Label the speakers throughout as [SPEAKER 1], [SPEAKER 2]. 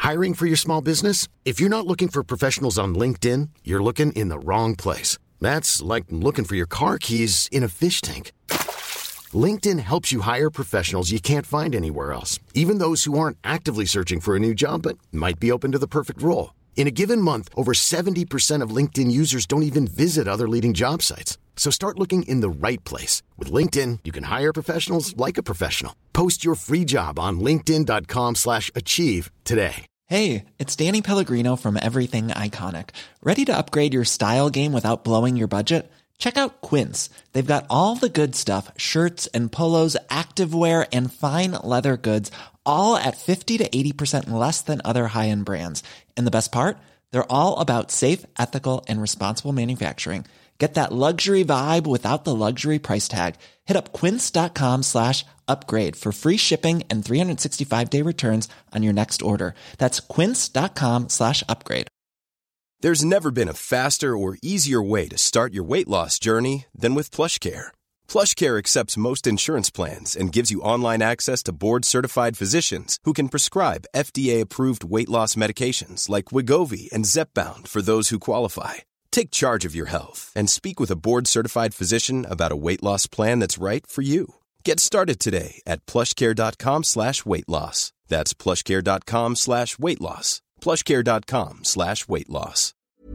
[SPEAKER 1] Hiring for your small business? If you're not looking for professionals on LinkedIn, you're looking in the wrong place. That's like looking for your car keys in a fish tank. LinkedIn helps you hire professionals you can't find anywhere else, even those who aren't actively searching for a new job but might be open to the perfect role. In a given month, over 70% of LinkedIn users don't even visit other leading job sites. So start looking in the right place. With LinkedIn, you can hire professionals like a professional. Post your free job on linkedin.com/achieve today.
[SPEAKER 2] Hey, it's Danny Pellegrino from Everything Iconic. Ready to upgrade your style game without blowing your budget? Check out Quince. They've got all the good stuff, shirts and polos, activewear, and fine leather goods, all at 50 to 80% less than other high-end brands. And the best part? They're all about safe, ethical, and responsible manufacturing. Get that luxury vibe without the luxury price tag. Hit up quince.com/upgrade for free shipping and 365-day returns on your next order. That's quince.com/upgrade.
[SPEAKER 3] There's never been a faster or easier way to start your weight loss journey than with PlushCare. PlushCare accepts most insurance plans and gives you online access to board-certified physicians who can prescribe FDA-approved weight loss medications like Wegovy and Zepbound for those who qualify. Take charge of your health and speak with a board-certified physician about a weight loss plan that's right for you. Get started today at plushcare.com/weightloss. That's plushcare.com/weightloss. plushcare.com/weightloss.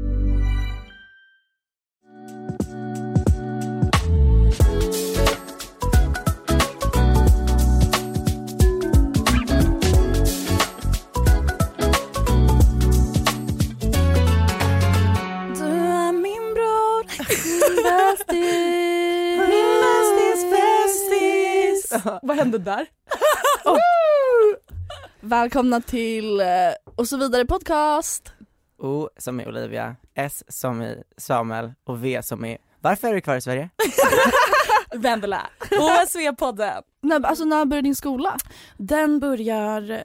[SPEAKER 4] Vad hände där? Oh. Välkomna till och så vidare podcast.
[SPEAKER 5] O som är Olivia, S som är Samuel och V som är... Varför är du kvar i Sverige?
[SPEAKER 4] Vendela. OSV-podden. När börjar din skola? Den börjar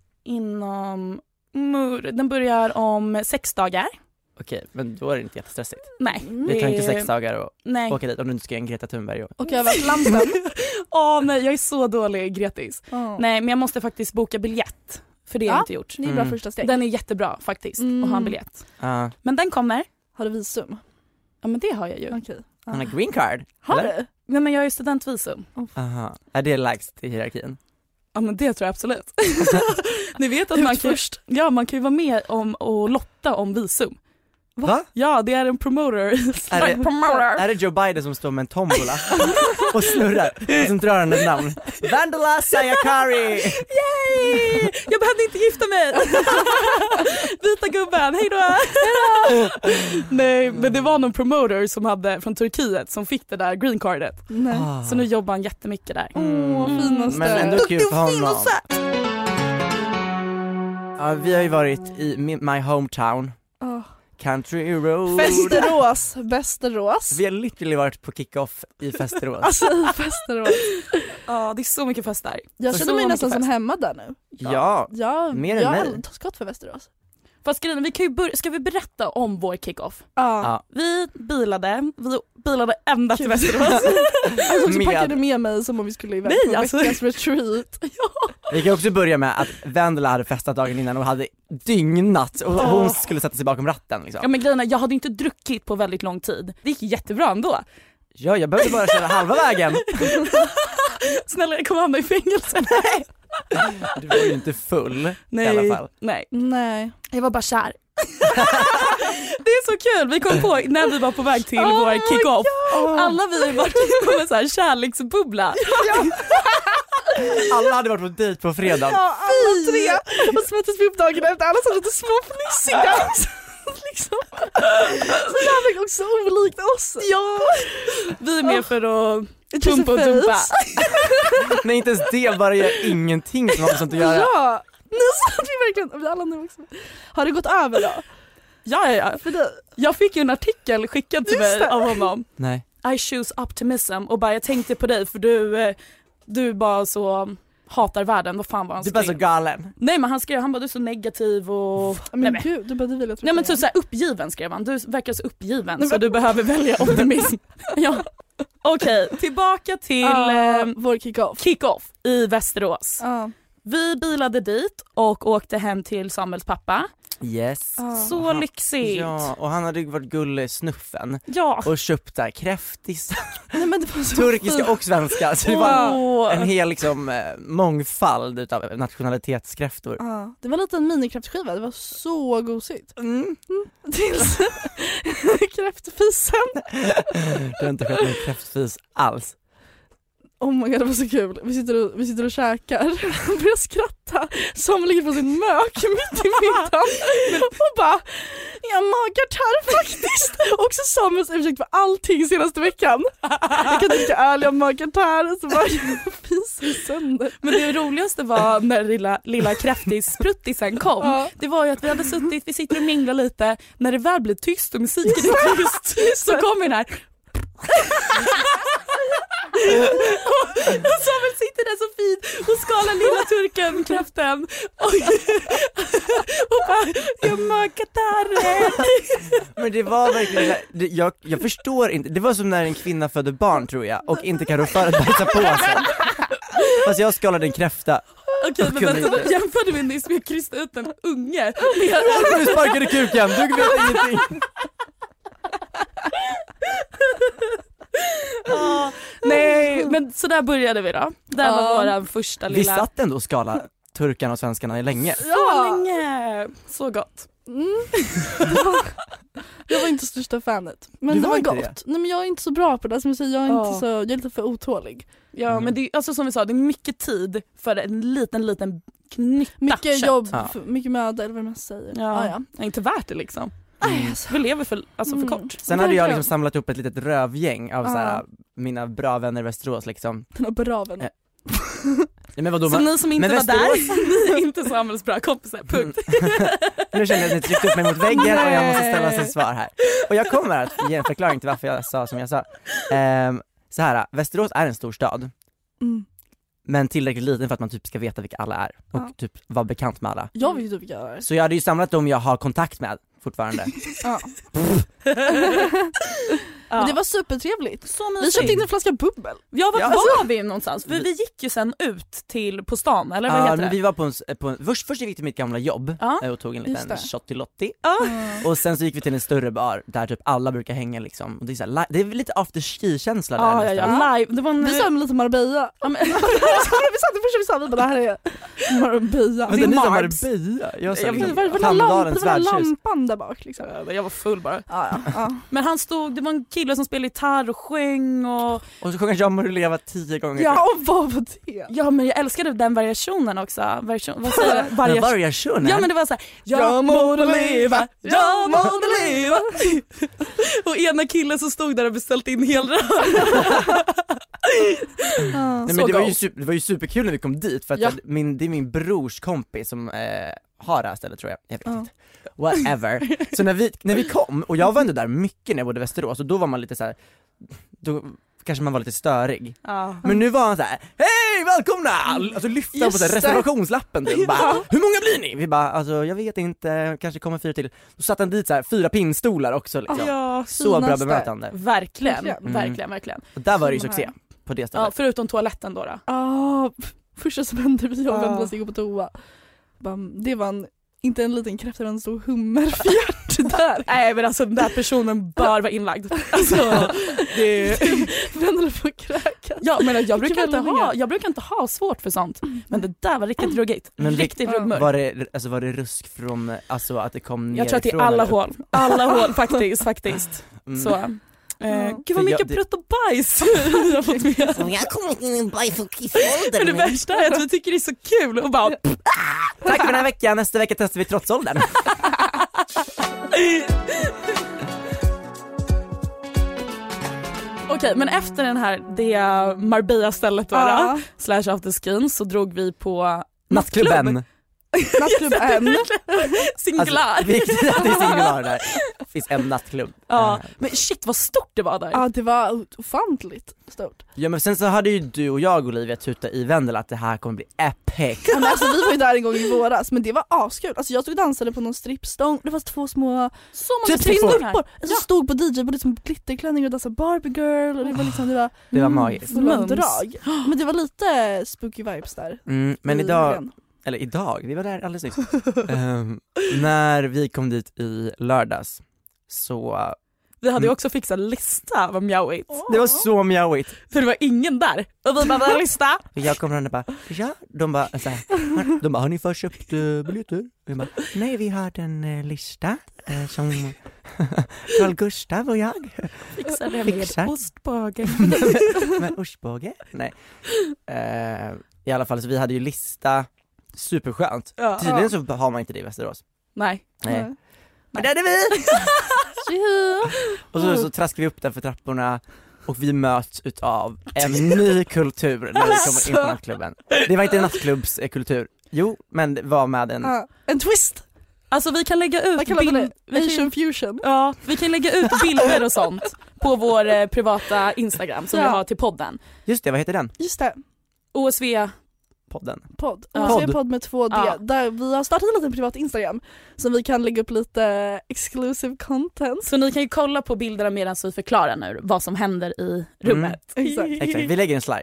[SPEAKER 4] Den börjar om 6 dagar.
[SPEAKER 5] Okej, men då är det inte jättestressigt.
[SPEAKER 4] Nej.
[SPEAKER 5] Det tar inte 6 dagar att åka dit om du inte ska göra en Greta Thunberg.
[SPEAKER 4] Och över Atlanten. Nej, jag är så dålig Gretis. Nej, men jag måste faktiskt boka biljett. För det har jag inte gjort.
[SPEAKER 6] Det är bra första steg.
[SPEAKER 4] Den är jättebra faktiskt att ha en biljett. Men den kommer.
[SPEAKER 6] Har du visum?
[SPEAKER 4] Ja, men det har jag ju.
[SPEAKER 6] Okej.
[SPEAKER 5] Han har green card.
[SPEAKER 4] Har du? Nej, men jag har ju studentvisum.
[SPEAKER 5] Aha. Är det lägst i hierarkin?
[SPEAKER 4] Ja, men det tror jag absolut. Ni vet att man kan ju vara med om och lotta om visum.
[SPEAKER 5] Va?
[SPEAKER 4] Ja, det är en promoter.
[SPEAKER 5] Är det Joe Biden som står med en tombola och snurrar och som drar han ett namn? Vendela Sayakari!
[SPEAKER 4] Yay! Jag behövde inte gifta mig. Vita gubben, hej då! Nej, men det var någon promoter som hade från Turkiet som fick det där green cardet. Så nu jobbar han jättemycket där.
[SPEAKER 6] Finaste.
[SPEAKER 5] Men ändå kul för honom. Ja, vi har ju varit i my hometown. Country Road.
[SPEAKER 6] Västerås.
[SPEAKER 5] Vi har literally varit på kick-off i Västerås.
[SPEAKER 6] Alltså i Västerås.
[SPEAKER 4] Ja, det är så mycket fest där.
[SPEAKER 6] Jag känner mig nästan som hemma där nu.
[SPEAKER 5] Ja, mer än mig.
[SPEAKER 6] Jag har skott för Västerås.
[SPEAKER 4] Fast grejen, vi kan ju ska vi berätta om vår kick-off?
[SPEAKER 6] Ja.
[SPEAKER 4] Vi bilade ända till Västerås.
[SPEAKER 6] Alltså så packade med mig som om vi skulle iväg på veckans retreat.
[SPEAKER 5] Vi kan också börja med att Vendela hade festat dagen innan och hade dygnat och hon skulle sätta sig bakom ratten liksom.
[SPEAKER 4] Ja, men grejen är, jag hade inte druckit på väldigt lång tid. Det gick jättebra ändå.
[SPEAKER 5] Ja, jag behövde bara köra halva vägen.
[SPEAKER 4] Snälla, jag kommer hamna i fängelse. Nej.
[SPEAKER 5] Du var ju inte full i alla fall.
[SPEAKER 4] Nej. Jag var bara kär. Det är så kul. Vi kom på när vi var på väg till vår kick-off. Alla vi var på en så här kärleksbubbla.
[SPEAKER 5] Alla hade varit på dejt på fredag.
[SPEAKER 6] Ja, alla tre. Och så möttes vi upp dagen efter. Alla så lite småfnissiga. Liksom. Så jävla också olikt oss.
[SPEAKER 4] Ja. Vi är med för att pumpa och dumpa.
[SPEAKER 5] Nej, inte ens det, bara gör ingenting som har sånt att göra.
[SPEAKER 6] Ja, nu satt vi verkligen. Vi alla nu också. Har det gått över då?
[SPEAKER 4] Ja. För det. Jag fick ju en artikel skickad till mig av honom.
[SPEAKER 5] Nej.
[SPEAKER 4] I choose optimism. Och bara jag tänkte på dig för du bara så hatar världen. Vad fan var han skrev?
[SPEAKER 5] Du bara så galen.
[SPEAKER 4] Nej, men han skrev, han bara, du är så negativ och...
[SPEAKER 6] Men gud, du bara, det vill jag tro.
[SPEAKER 4] Nej, men så här uppgiven skrev han. Du verkar så uppgiven så du behöver välja optimism. Ja. Okej, tillbaka till
[SPEAKER 6] vår kick-off
[SPEAKER 4] i Västerås. Vi bilade dit och åkte hem till Samuels pappa.
[SPEAKER 5] Yes.
[SPEAKER 4] Så lyxigt.
[SPEAKER 5] Ja, och han hade varit gullig snuffen.
[SPEAKER 4] Ja.
[SPEAKER 5] Och köpt där kräftis.
[SPEAKER 6] Nej, men det var så
[SPEAKER 5] Turkiska
[SPEAKER 6] fint.
[SPEAKER 5] och svenska. Så det var en hel liksom mångfald utav nationalitetskräftor.
[SPEAKER 6] Ja, det var en liten minikräftskiva, det var så gosigt. Tills kräftfisen.
[SPEAKER 5] Det har inte skett någon kräftfis alls.
[SPEAKER 6] Oh my god, det var så kul. Vi sitter och käkar och börjar skratta. Som ligger på sin mök mitt i middagen och bara, jag magar tarr faktiskt. Också Samuels ursäkt för allting senaste veckan. Jag kan tycka ärlig om magar tarr, så bara fiser sönder.
[SPEAKER 4] Men det roligaste var när lilla kräftis-pruttisen kom.
[SPEAKER 6] Ja.
[SPEAKER 4] Det var ju att vi sitter och minglar lite. När det väl blir tyst och musiken är tyst så kommer den här. Och Samuel sitter där så fint och skalar lilla turken kräften och bara, jag makar tarren.
[SPEAKER 5] Men det var verkligen, jag förstår inte, det var som när en kvinna födde barn tror jag och inte kan rå för att bajsa på sig. Fast jag skalade en kräfta.
[SPEAKER 4] Okej, men vänta, jämförde vi nyss med att krysta ut en unge.
[SPEAKER 5] Du sparkade kuken, du vet ingenting.
[SPEAKER 4] Nej, men så där började vi då. Det var vår första lilla.
[SPEAKER 5] Vi satt ändå och skala turkarna och svenskarna länge.
[SPEAKER 4] Så länge. Så gott.
[SPEAKER 6] Jag var inte största fanet. Men
[SPEAKER 5] Du
[SPEAKER 6] det var
[SPEAKER 5] inte
[SPEAKER 6] gott.
[SPEAKER 5] det?
[SPEAKER 6] Nej, men jag är inte så bra på det. Som jag säger, jag är lite för otålig.
[SPEAKER 4] Ja, men det är alltså som vi sa, det är mycket tid för en liten knytta
[SPEAKER 6] Mycket
[SPEAKER 4] kött.
[SPEAKER 6] jobb, mycket möda eller vad man säger.
[SPEAKER 4] Ja. Inte värt det liksom. Vi lever för kort.
[SPEAKER 5] Sen hade jag liksom samlat upp ett litet rövgäng av såhär, mina bra vänner i Västerås liksom.
[SPEAKER 6] Den har bra vänner.
[SPEAKER 5] Ja, men vadå,
[SPEAKER 4] Så ni som inte var
[SPEAKER 5] Västerås...
[SPEAKER 4] där, ni är inte Samuels bra kompisar, punkt.
[SPEAKER 5] Nu känner jag att ni tryckte upp mig mot väggen och jag måste ställa sig svar här. Och jag kommer att ge en förklaring till varför jag sa som jag sa. Så här, Västerås är en stor stad. Men tillräckligt liten för att man typ ska veta vilka alla är. Och typ vara bekant med alla.
[SPEAKER 6] Jag vet typ vilka jag är.
[SPEAKER 5] Så jag hade ju samlat dem jag har kontakt med fortfarande.
[SPEAKER 6] Ja. Men det var supertrevligt.
[SPEAKER 4] Så
[SPEAKER 6] vi köpte in en flaska bubbel.
[SPEAKER 4] Ja, var vi någonstans? För vi gick ju sen ut på stan, eller vad heter
[SPEAKER 5] men
[SPEAKER 4] det?
[SPEAKER 5] vi var på en först gick vi till mitt gamla jobb och tog en liten shottilotti. Och sen så gick vi till en större bar där typ alla brukar hänga liksom. Och det är, så här, det är lite afterski-känsla där.
[SPEAKER 4] Live. Det var
[SPEAKER 6] vi sa lite Marbella. Vi sa det här är Marbella.
[SPEAKER 5] Men det är Marbella. Jag sa
[SPEAKER 6] det var lampan där bak liksom.
[SPEAKER 4] Jag var full bara. Men han stod, det var en kille som spelade gitarr och sjöng och
[SPEAKER 5] så sjöng jag Må du leva 10 gånger.
[SPEAKER 6] Ja, och vad var det?
[SPEAKER 4] Ja, men jag älskade den variationen också. Vad säger det?
[SPEAKER 5] Variationen?
[SPEAKER 4] Ja, men det var så här, jag må du leva, jag må du leva. Och ena killen som stod där och beställt in hel rör.
[SPEAKER 5] Nej, men det var ju superkul när vi kom dit för att det är min brors kompis som har det här stället tror jag. Jag vet inte. Whatever. Så när vi kom, och jag var ändå där mycket när jag bodde i Västerås, och då var man lite så här, då kanske man var lite störig. Men nu var han så här: hej, välkomna! Alltså lyfta på så här reservationslappen typ. Bara, hur många blir ni? Vi bara, alltså jag vet inte, kanske kommer 4 till. Då satt han dit så här 4 pinnstolar också liksom. Så bra bemötande.
[SPEAKER 4] Verkligen.
[SPEAKER 5] Och där var det ju succé på det stället.
[SPEAKER 4] Ja, förutom toaletten då.
[SPEAKER 6] Första som hände vi och vände oss gå på toa. Det var inte en liten kräfta, en stor hummerfjärt där.
[SPEAKER 4] Nej, men alltså den där personen bör vara inlagd. Alltså, det
[SPEAKER 6] vänder på kräkas.
[SPEAKER 4] Ja, men jag brukar inte ha svårt för sånt. Men det där var riktigt ruggigt. Riktigt ruggmörkt.
[SPEAKER 5] Var det rusk från, alltså att det kom ner?
[SPEAKER 4] Jag tror att det är alla hål. Alla hål faktiskt. Så. Gud vad mycket prutt och bajs vi har fått med.
[SPEAKER 7] Jag har kommit in i en bajs- och kissålder.
[SPEAKER 4] Men det värsta är att vi tycker det är så kul och bara
[SPEAKER 5] tack för den här veckan, nästa vecka testar vi trotsåldern.
[SPEAKER 4] Okej, men efter det Marbella-stället då, slash afterskin, så drog vi på
[SPEAKER 5] nattklubben.
[SPEAKER 6] Nattklubb N.
[SPEAKER 4] Singular.
[SPEAKER 5] Alltså, viktigt att det är singular där. Det finns en nattklubb.
[SPEAKER 4] Ja, men shit vad stort det var där.
[SPEAKER 6] Ja, det var ofantligt stort.
[SPEAKER 5] Ja, men sen så hade ju du och jag, Olivia, tuta i Vendela att det här kommer bli epic.
[SPEAKER 6] Ja, men alltså, vi var ju där en gång i våras, men det var askul. Alltså, jag stod och dansade på någon strippstång. Det var 2 små
[SPEAKER 4] Så många
[SPEAKER 6] strippor. Alltså, stod på DJ på liksom glitterklänning och dansade Barbie Girl. Och det var liksom,
[SPEAKER 5] Det var magiskt.
[SPEAKER 6] full av drag. Men det var lite spooky vibes där.
[SPEAKER 5] Men idag, vi var där alldeles nyss. När vi kom dit i lördags så...
[SPEAKER 4] Vi hade ju också fixat en lista vad mjauigt.
[SPEAKER 5] Det var så mjauigt.
[SPEAKER 4] För det var ingen där. Och vi bara, lista.
[SPEAKER 5] Jag kom fram och bara, ja. De bara, har ni först köpt biljetter? Jag bara, nej, vi har en lista som Carl Gustav och jag
[SPEAKER 4] Fixar det med ostbåge.
[SPEAKER 5] med ostbåge? Nej. I alla fall, så vi hade ju lista. Superskönt.
[SPEAKER 4] Ja.
[SPEAKER 5] Tydligen så har man inte det i Västerås.
[SPEAKER 4] Nej.
[SPEAKER 5] Men där är vi! Och så traskar vi upp där för trapporna och vi möts utav en ny kultur när vi kommer in på nattklubben. Det var inte en nattklubbskultur. Jo, men det var med
[SPEAKER 6] en twist.
[SPEAKER 4] Alltså vi kan lägga ut
[SPEAKER 6] Asian fusion.
[SPEAKER 4] Ja, vi kan lägga ut bilder och sånt på vår privata Instagram som vi har till podden.
[SPEAKER 5] Just det, vad heter den?
[SPEAKER 6] Just det.
[SPEAKER 4] OSV
[SPEAKER 6] Podd med 2D.
[SPEAKER 4] Ja.
[SPEAKER 6] Där vi har startat en liten privat Instagram som vi kan lägga upp lite exclusive content.
[SPEAKER 4] Så ni kan ju kolla på bilderna medan vi förklarar nu vad som händer i rummet.
[SPEAKER 6] Exakt.
[SPEAKER 5] Vi lägger en slide.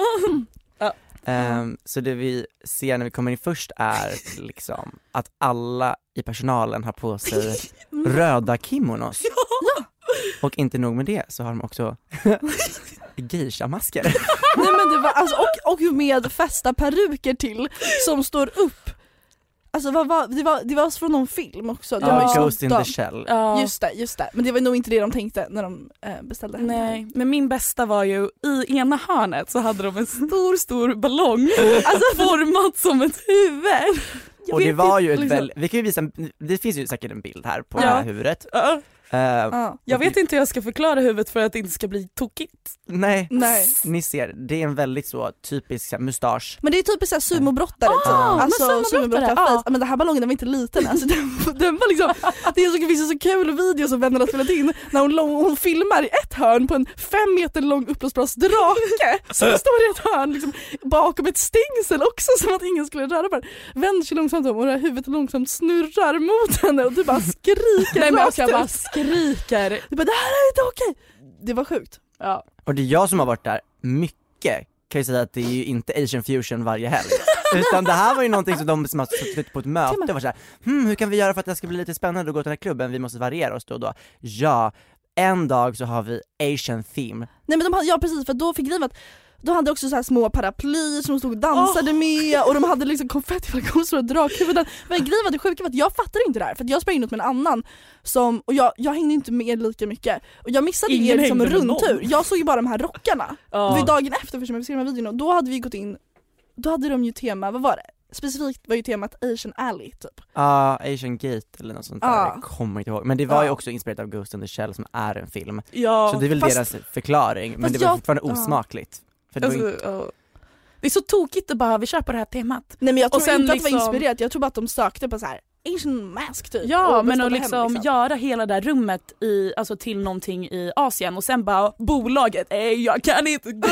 [SPEAKER 4] Ja.
[SPEAKER 5] Så det vi ser när vi kommer in först är liksom att alla i personalen har på sig röda kimonos.
[SPEAKER 6] Ja.
[SPEAKER 5] Och inte nog med det så har de också geisha-masker.
[SPEAKER 6] Nej, men det var, alltså, och med fästa peruker till som står upp. Alltså det var från någon film också.
[SPEAKER 5] Ghost in the Shell.
[SPEAKER 4] Ja.
[SPEAKER 6] Just det. Men det var nog inte det de tänkte när de beställde henne.
[SPEAKER 4] Nej, men min bästa var ju i ena hörnet så hade de en stor ballong alltså format som ett huvud.
[SPEAKER 5] Och det var ju vi kan ju visa, det finns ju säkert en bild här på det här huvudet.
[SPEAKER 4] Jag vet inte hur jag ska förklara huvudet för att det inte ska bli tokigt.
[SPEAKER 5] Nej. Ni ser, det är en väldigt så typisk så här, mustasch.
[SPEAKER 6] Men det är typiskt så här sumobrottare alltså sumobrottare. Men den här ballongen den var inte liten alltså, den var liksom, det finns så kul video som vännerna spelat in när hon filmar i ett hörn på en 5 meter lång uppblåsbrasdrake som står i ett hörn liksom, bakom ett stängsel också som att ingen skulle röra på den. Vänder sig långsamt om och det här huvudet långsamt snurrar mot henne och du bara skriker.
[SPEAKER 4] Nej, men jag bara skriker.
[SPEAKER 6] Du bara, det här är inte okej. Det var sjukt.
[SPEAKER 4] Ja.
[SPEAKER 5] Och det är jag som har varit där mycket. Kan jag säga att det är ju inte Asian fusion varje helg. Utan det här var ju någonting som de som har suttit på ett möte och var så här, hur kan vi göra för att det ska bli lite spännande att gå till den här klubben? Vi måste variera oss då och då. Ja, en dag så har vi Asian theme.
[SPEAKER 6] Nej men precis, för då fick vi att då hade också så här små paraplyer som de stod och dansade med och de hade liksom konfettiflakoner och drakhuvuden. Men grejen var det sjuka var att jag fattade inte det här för att jag sprang in med en annan som, och jag hängde inte med lika mycket och jag missade ju liksom en rundtur. Jag såg ju bara de här rockarna. Det var dagen efter för som jag fick se de här videorna och då hade vi gått in, då hade de ju tema, vad var det? Specifikt var ju temat Asian Alley typ.
[SPEAKER 5] Asian Gate eller något sånt där, jag kommer inte ihåg. Men det var ju också inspirerat av Ghost in the Shell som är en film.
[SPEAKER 4] Ja,
[SPEAKER 5] så det är väl deras förklaring, men det var fortfarande osmakligt. För det,
[SPEAKER 4] det är så tokigt att bara vi kör på det här temat.
[SPEAKER 6] Nej men jag tror
[SPEAKER 4] och sen
[SPEAKER 6] inte
[SPEAKER 4] liksom,
[SPEAKER 6] att det var inspirerat, jag tror bara att de sökte på så här Asian mask typ.
[SPEAKER 4] Ja, men att liksom göra hela det här rummet alltså till någonting i Asien och sen bara bolaget, jag kan inte gå.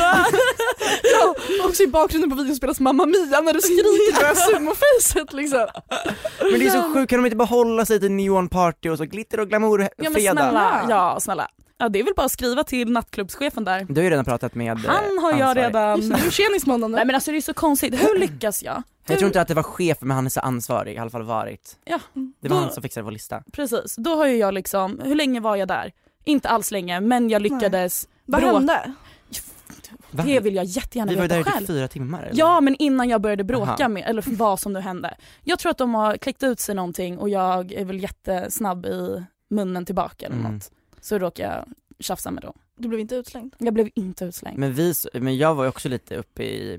[SPEAKER 6] Ja, också i bakgrunden på videon spelas Mamma Mia när du skriker på sumofacet liksom.
[SPEAKER 5] Men det är så sjukt, kan de inte bara hålla sig till neon party och så glitter och glamour fredag?
[SPEAKER 4] Snälla. Ja, det är väl bara att skriva till nattklubbschefen där.
[SPEAKER 5] Du har ju redan pratat med
[SPEAKER 4] han har jag redan.
[SPEAKER 6] Hur tjenismånaden?
[SPEAKER 4] Nej men alltså det är så konstigt. Hur lyckas jag?
[SPEAKER 5] Jag tror inte att det var chef, men han är så ansvarig, i alla fall varit.
[SPEAKER 4] Ja.
[SPEAKER 5] Det var han som fixade vår lista.
[SPEAKER 4] Precis, då har ju jag liksom, hur länge var jag där? Inte alls länge, men jag lyckades.
[SPEAKER 6] Vad hände?
[SPEAKER 4] Det vill jag jättegärna veta själv.
[SPEAKER 5] Vi var där i 4 timmar eller?
[SPEAKER 4] Ja, men innan jag började bråka med, eller vad som nu hände. Jag tror att de har klickat ut sig någonting och jag är väl jättesnabb i munnen tillbaka eller något. Så råkar jag tjafsa med dem.
[SPEAKER 6] Du blev inte utslängd?
[SPEAKER 4] Jag blev inte utslängd.
[SPEAKER 5] Men jag var ju också lite uppe i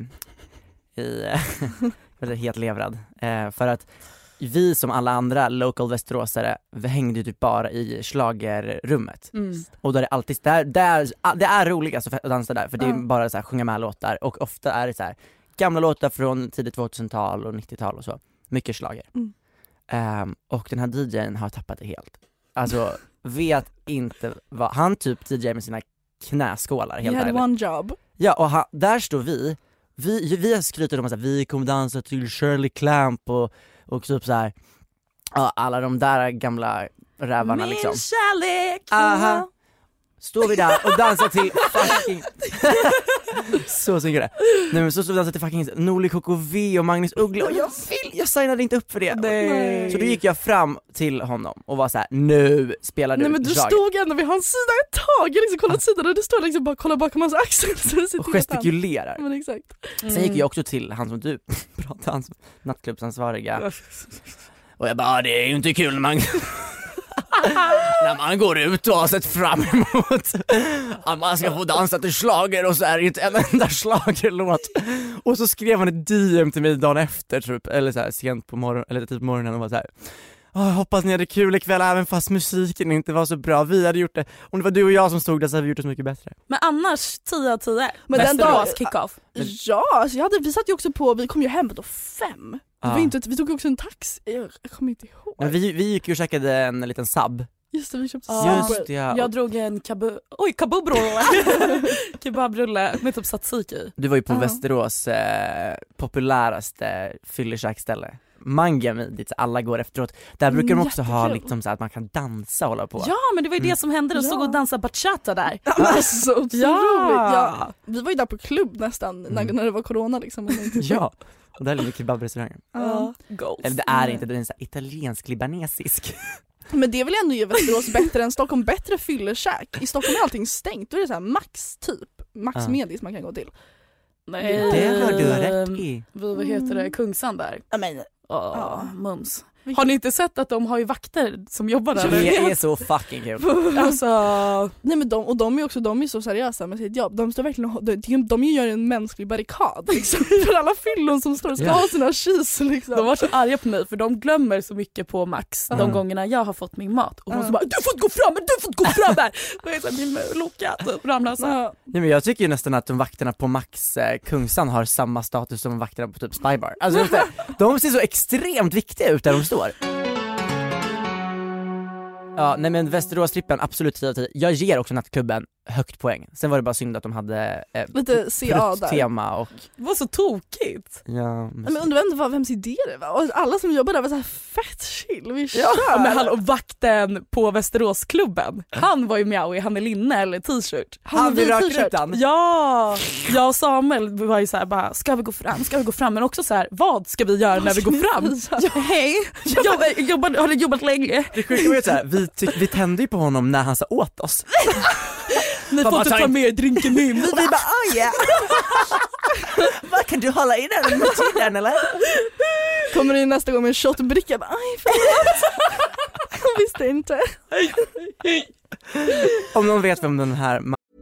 [SPEAKER 5] helt levrad. För att vi som alla andra local västeråsare, vi hängde ju typ bara i schlagerrummet. Och då är det alltid det är roligast att dansa där, för det är bara så här sjunga med låtar, och ofta är det så här gamla låtar från tidigt 2000-tal och 90-tal och så. mycket schlager. Och den här DJ:n har tappat det helt. Alltså vet inte vad, han typ DJ med sina knäskålar helt
[SPEAKER 6] ärligt. One job.
[SPEAKER 5] Ja, och där står vi har skrytit om att vi kommer dansa till Shirley Clamp och typ så här, ja, alla de där gamla rävarna
[SPEAKER 4] min
[SPEAKER 5] liksom.
[SPEAKER 4] Kärlek.
[SPEAKER 5] Aha. Står vi där och dansar till fucking så synger det. Nej men så står vi dansar till fucking Norli KKV och Magnus Uggla och jag signade inte upp för det. Nej. Så då gick jag fram till honom och var så här: nu spelar du.
[SPEAKER 6] Nej men du stod ändå vid hans sida ett tag, liksom kollat sidan och du står liksom bara kollar bakom hans axel så
[SPEAKER 5] och gestikulerar.
[SPEAKER 6] Men exakt.
[SPEAKER 5] Sen gick jag också till han som du pratade, hans nattklubbsansvariga. Och jag bara, det är ju inte kul när man går ut och har sett fram emot att man ska få dansa till schlager och så är det inte en enda schlagerlåt. Och så skrev han ett DM till mig dagen efter typ, eller så här sent på morgonen, eller typ morgonen, och var så här: jag hoppas ni hade kul ikväll även fast musiken inte var så bra. Vi hade gjort det, om det var du och jag som stod där så hade vi gjort det så mycket bättre.
[SPEAKER 4] Men annars 10 av 10.
[SPEAKER 6] Men den dagen
[SPEAKER 4] kick-off.
[SPEAKER 6] Ja, så vi satt ju också på, vi kom ju hem då 5. Vi tog också en taxi, jag kommer inte ihåg.
[SPEAKER 5] Men vi gick ju och käkade en liten sub.
[SPEAKER 6] Just det, vi köpte
[SPEAKER 5] Just det, ja.
[SPEAKER 4] Jag drog en kebabrulle med typ tzatziki.
[SPEAKER 5] Du var ju på Västerås populäraste fyllekäkställe, Mangami, dit alla går efteråt. Där brukar de också ha liksom så att man kan dansa och hålla på.
[SPEAKER 4] Ja, men det var ju det som hände. De stod och dansade bachata där.
[SPEAKER 6] Alltså, otroligt. Ja. Vi var ju där på klubb nästan när det var corona liksom.
[SPEAKER 5] Ja, och där ligger kebabrestaurangen.
[SPEAKER 4] Goals.
[SPEAKER 5] Eller det är inte, det är en så här italiensk-libanesisk.
[SPEAKER 6] Men det är väl ändå ge Västerås bättre än Stockholm, bättre fyllekäk. I Stockholm är allting stängt, då är det så här max medis man kan gå till.
[SPEAKER 4] Nej,
[SPEAKER 5] det har du rätt i.
[SPEAKER 4] Vad heter det? Kungsan där. Mums.
[SPEAKER 6] Vilket...
[SPEAKER 4] Har ni inte sett att de har ju vakter som jobbar där?
[SPEAKER 5] Det är så fucking kul.
[SPEAKER 4] Alltså...
[SPEAKER 6] Nej men de är så seriösa med sitt jobb. De står verkligen, de gör en mänsklig barrikad liksom, för alla fyllon som står och ska ha sina cheese liksom.
[SPEAKER 4] De var så arga på mig för de glömmer så mycket på Max de gångerna jag har fått min mat. Och de så bara, du får gå fram där. Och jag är så här, min locka typ ramlar så.
[SPEAKER 5] Nej, men jag tycker ju nästan att de vakterna på Max Kungsan har samma status som vakterna på typ Spybar. Alltså de ser så extremt viktiga ut där de står. Ja, nej men Västerås-trippen, absolut 10 av 10. Jag ger också nattklubben högt poäng. Sen var det bara synd att de hade
[SPEAKER 6] lite CA där.
[SPEAKER 5] Tema och...
[SPEAKER 4] Det var så tokigt.
[SPEAKER 5] Ja,
[SPEAKER 6] men undrar inte vems idé det var. Och alla som jobbar där var så här fett chill. Vi kör.
[SPEAKER 4] Ja, men han och vakten på Västeråsklubben. Han var ju mjau i han är linne eller t-shirt.
[SPEAKER 5] Han vid rökrutan.
[SPEAKER 4] Ja, jag och Samuel var ju så här bara, ska vi gå fram? Men också så här, vad ska vi göra när vi går fram? Hej, har du jobbat länge?
[SPEAKER 5] Det sjuka var ju så här, vi tände ju på honom när han sa åt oss.
[SPEAKER 4] Ni får inte ta med drinken min.
[SPEAKER 5] Och vi bara, ja. Vad kan du hålla i den med tiden eller?
[SPEAKER 6] Kommer du nästa gång med en shotbricka? Aj, förlåt. Jag visste inte.
[SPEAKER 5] Om någon vet vem den här...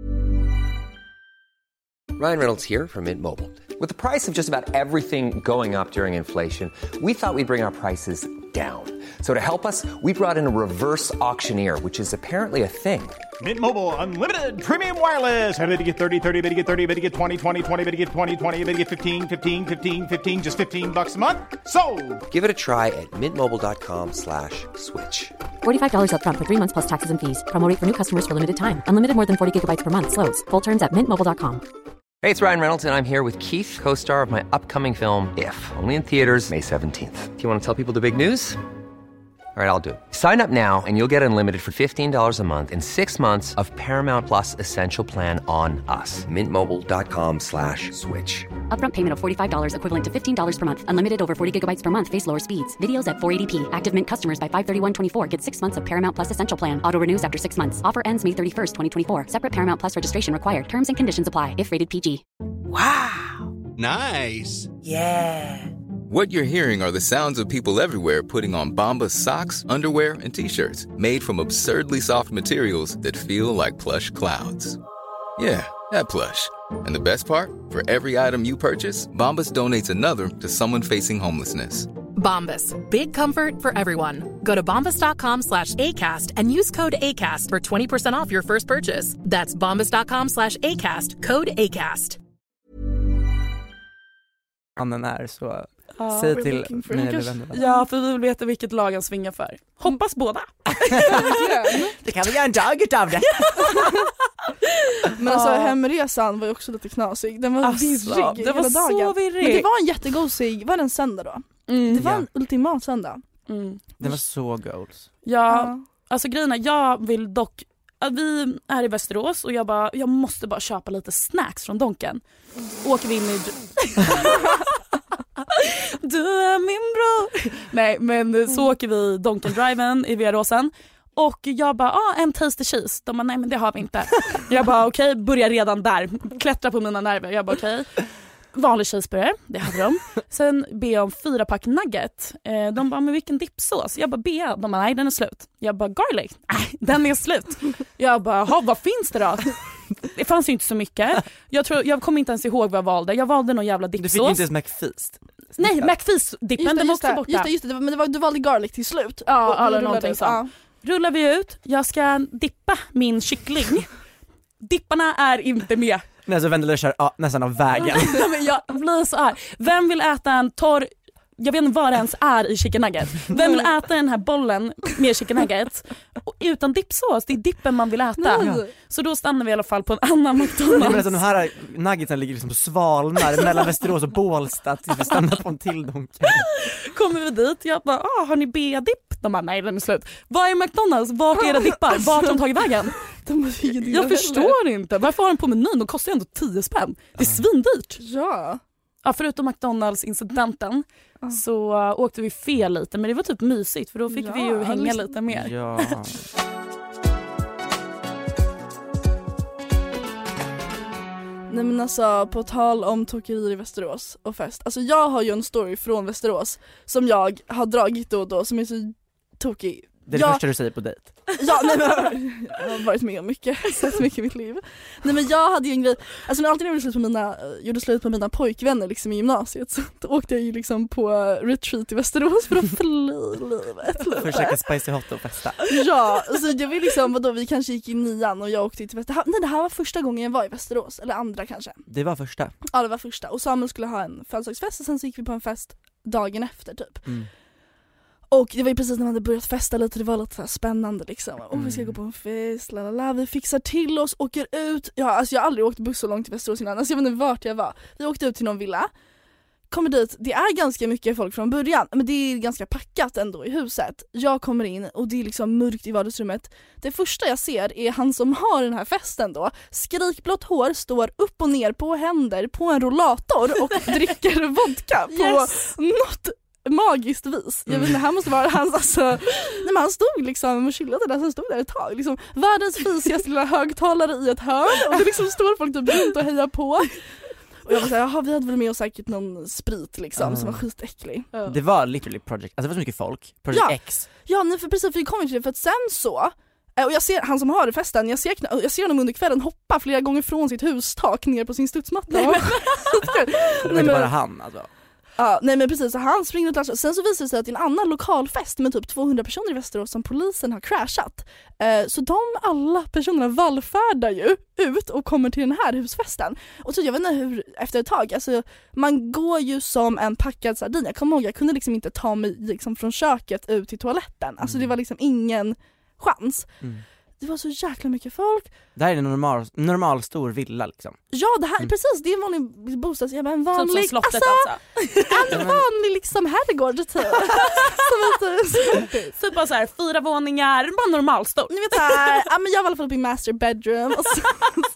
[SPEAKER 8] Ryan Reynolds here from Mint Mobile. With the price of just about everything going up during inflation, we thought we'd bring our prices down. So to help us, we brought in a reverse auctioneer, which is apparently a thing.
[SPEAKER 9] Mint Mobile Unlimited Premium Wireless. How to get 30, 30, bit to get 30, bit to get 20, 20, 20, bit to get 20, 20, bit to get 15, 15, 15, 15, just $15 a month? Sold!
[SPEAKER 8] Give it a try at mintmobile.com/switch.
[SPEAKER 10] $45 up front for 3 months plus taxes and fees. Promo rate for new customers for limited time. Unlimited more than 40 gigabytes per month. Slows full terms at mintmobile.com.
[SPEAKER 8] Hey, it's Ryan Reynolds, and I'm here with Keith, co-star of my upcoming film, If, only in theaters May 17th. Do you want to tell people the big news? All right, I'll do it. Sign up now and you'll get unlimited for $15 a month and 6 months of Paramount Plus Essential Plan on us. mintmobile.com/switch.
[SPEAKER 10] Upfront payment of $45 equivalent to $15 per month. Unlimited over 40 gigabytes per month. Face lower speeds. Videos at 480p. Active Mint customers by 531.24 get 6 months of Paramount Plus Essential Plan. Auto renews after 6 months. Offer ends May 31st, 2024. Separate Paramount Plus registration required. Terms and conditions apply if rated PG.
[SPEAKER 11] Wow. Nice.
[SPEAKER 12] Yeah.
[SPEAKER 11] What you're hearing are the sounds of people everywhere putting on Bombas socks, underwear, and T-shirts made from absurdly soft materials that feel like plush clouds. Yeah, that plush. And the best part? For every item you purchase, Bombas donates another to someone facing homelessness.
[SPEAKER 13] Bombas. Big comfort for everyone. Go to bombas.com/ACAST and use code ACAST for 20% off your first purchase. That's bombas.com/ACAST. Code ACAST.
[SPEAKER 5] Han är så Säg till mina vänner.
[SPEAKER 4] Ja, för vi vill veta vilket lag han svingar för. Hoppas båda.
[SPEAKER 5] Det kan vi göra en dag utav det.
[SPEAKER 6] Men alltså hemresan var ju också lite knasig. Den var virrig.
[SPEAKER 4] Det var så virrig.
[SPEAKER 6] Men det var en jättegod sig. Var det en söndag då? Det var en ultimat söndag.
[SPEAKER 5] Det var så goals.
[SPEAKER 4] Ja, alltså grejerna, jag vill dock. Vi är i Västerås och jag måste bara köpa lite snacks från Donken. Åker vi in i... Du är min bror. Nej, men så åker vi Donken-driven i Veråsen. Och jag bara, en tasty cheese. De bara, nej men det har vi inte. Jag bara, okej, börjar redan där. Klättra på mina nerver. Jag bara, okej. Vanlig cheeseburgare, det hade de. Sen ber jag om 4-pack nugget. De bara, men vilken dipsås? Jag bara, de bara, nej den är slut. Jag bara, garlic? Nej, den är slut. Jag bara, vad finns det då? Det fanns ju inte så mycket. Jag kommer inte ens ihåg vad jag valde. Jag valde någon jävla dipsås.
[SPEAKER 5] Du fick inte ens McFeast.
[SPEAKER 4] Nej, McFeast-dippen, den var också borta.
[SPEAKER 6] Just det, men du valde garlic till slut.
[SPEAKER 4] Ja, eller någonting sånt. Rullar vi ut, jag ska dippa min kyckling. Dipparna är inte med.
[SPEAKER 5] Nej, så vänder du kör nästan av vägen.
[SPEAKER 4] Men jag blir så här. Vem vill äta en torr... Jag vet inte vad det ens är i chicken nugget. Vem vill äta den här bollen med chicken nugget och utan dipsås? Det är dippen man vill äta. Nej. Så då stannar vi i alla fall på en annan McDonald's.
[SPEAKER 5] Men alltså, de här nuggetsen ligger liksom på svalnar mellan Västerås och Bålsta. Vi stannar på en till Donken.
[SPEAKER 4] Kommer vi dit, jag bara, har ni B-dipp? De bara, nej den är slut. Vad är McDonald's? Vart är era dippar? Vart har de tagit vägen? Jag förstår inte. Varför har de på menyn? De kostar ändå 10 spänn. Det är svindyrt.
[SPEAKER 6] Ja.
[SPEAKER 4] Ja, förutom McDonalds-incidenten så åkte vi fel lite. Men det var typ mysigt för då fick vi ju hänga lite mer.
[SPEAKER 5] Ja.
[SPEAKER 6] Nej men alltså, på tal om tokerier i Västerås och fest. Alltså jag har ju en story från Västerås som jag har dragit då och då som är så tokig.
[SPEAKER 5] Det är det första du säger på dejt.
[SPEAKER 6] Ja, nej men jag har varit med om mycket, sett mycket i mitt liv. Nej men jag hade ju en grej, alltså när alltid gjorde slut på mina pojkvänner liksom i gymnasiet, så då åkte jag ju liksom på retreat i Västerås för att fly livet lite.
[SPEAKER 5] Försöka spicy hot och festa.
[SPEAKER 6] Ja, så jag vill liksom, vi kanske gick i 9:an och jag åkte till Västerås. Nej, det här var första gången jag var i Västerås, eller andra kanske.
[SPEAKER 5] Det var första?
[SPEAKER 6] Ja, det var första. Och Samuel skulle ha en födelsedagsfest och sen så gick vi på en fest dagen efter typ. Och det var ju precis när man hade börjat festa lite, det var lite så här spännande liksom. Och vi ska gå på en fest, vi fixar till oss, åker ut. Ja, alltså jag har aldrig åkt buss så långt till Västerås innan. Alltså jag vet inte vart jag var. Vi åkte ut till någon villa. Kommer dit, det är ganska mycket folk från början, men det är ganska packat ändå i huset. Jag kommer in och det är liksom mörkt i vardagsrummet. Det första jag ser är han som har den här festen då. Skrikblått hår, står upp och ner på händer på en rollator och dricker vodka på något magiskt vis. Jag vet inte, här måste vara hans alltså, nej men han stod liksom och chillade där, så han stod där ett tag liksom, världens fisigaste lilla högtalare i ett hörn och det liksom står folk typ runt och hejar på. Och jag var såhär, jaha, vi hade väl med oss säkert någon sprit liksom som var skitäcklig.
[SPEAKER 5] Det var literally project, alltså det var så mycket folk. Project X.
[SPEAKER 6] Ja, nej, för precis, för vi kom till det för att sen så och jag ser han som har festen, jag ser honom under kvällen hoppa flera gånger från sitt hustak ner på sin studsmatta.
[SPEAKER 5] Det var inte bara han alltså.
[SPEAKER 6] Ja, nej men precis, så han springer och sen så visar det sig att det är en annan lokalfest med typ 200 personer i Västerås som polisen har crashat. Så alla personerna vallfärdar ju ut och kommer till den här husfesten. Och så jag vet inte hur, efter ett tag, alltså man går ju som en packad sardin. Jag kommer ihåg, jag kunde liksom inte ta mig liksom från köket ut till toaletten. Alltså det var liksom ingen chans. Det var så jäkla mycket folk.
[SPEAKER 5] Det här är en normal stor villa liksom.
[SPEAKER 6] Ja, det här precis, det är en vanlig bostad. Jag bara, en vanlig,
[SPEAKER 4] typ som slottet alltså.
[SPEAKER 6] En vanlig liksom herrgård typ.
[SPEAKER 4] Typ bara så här 4 våningar, bara normal stor.
[SPEAKER 6] Ni vet här, ja men jag var i alla fall uppe i master bedroom och så.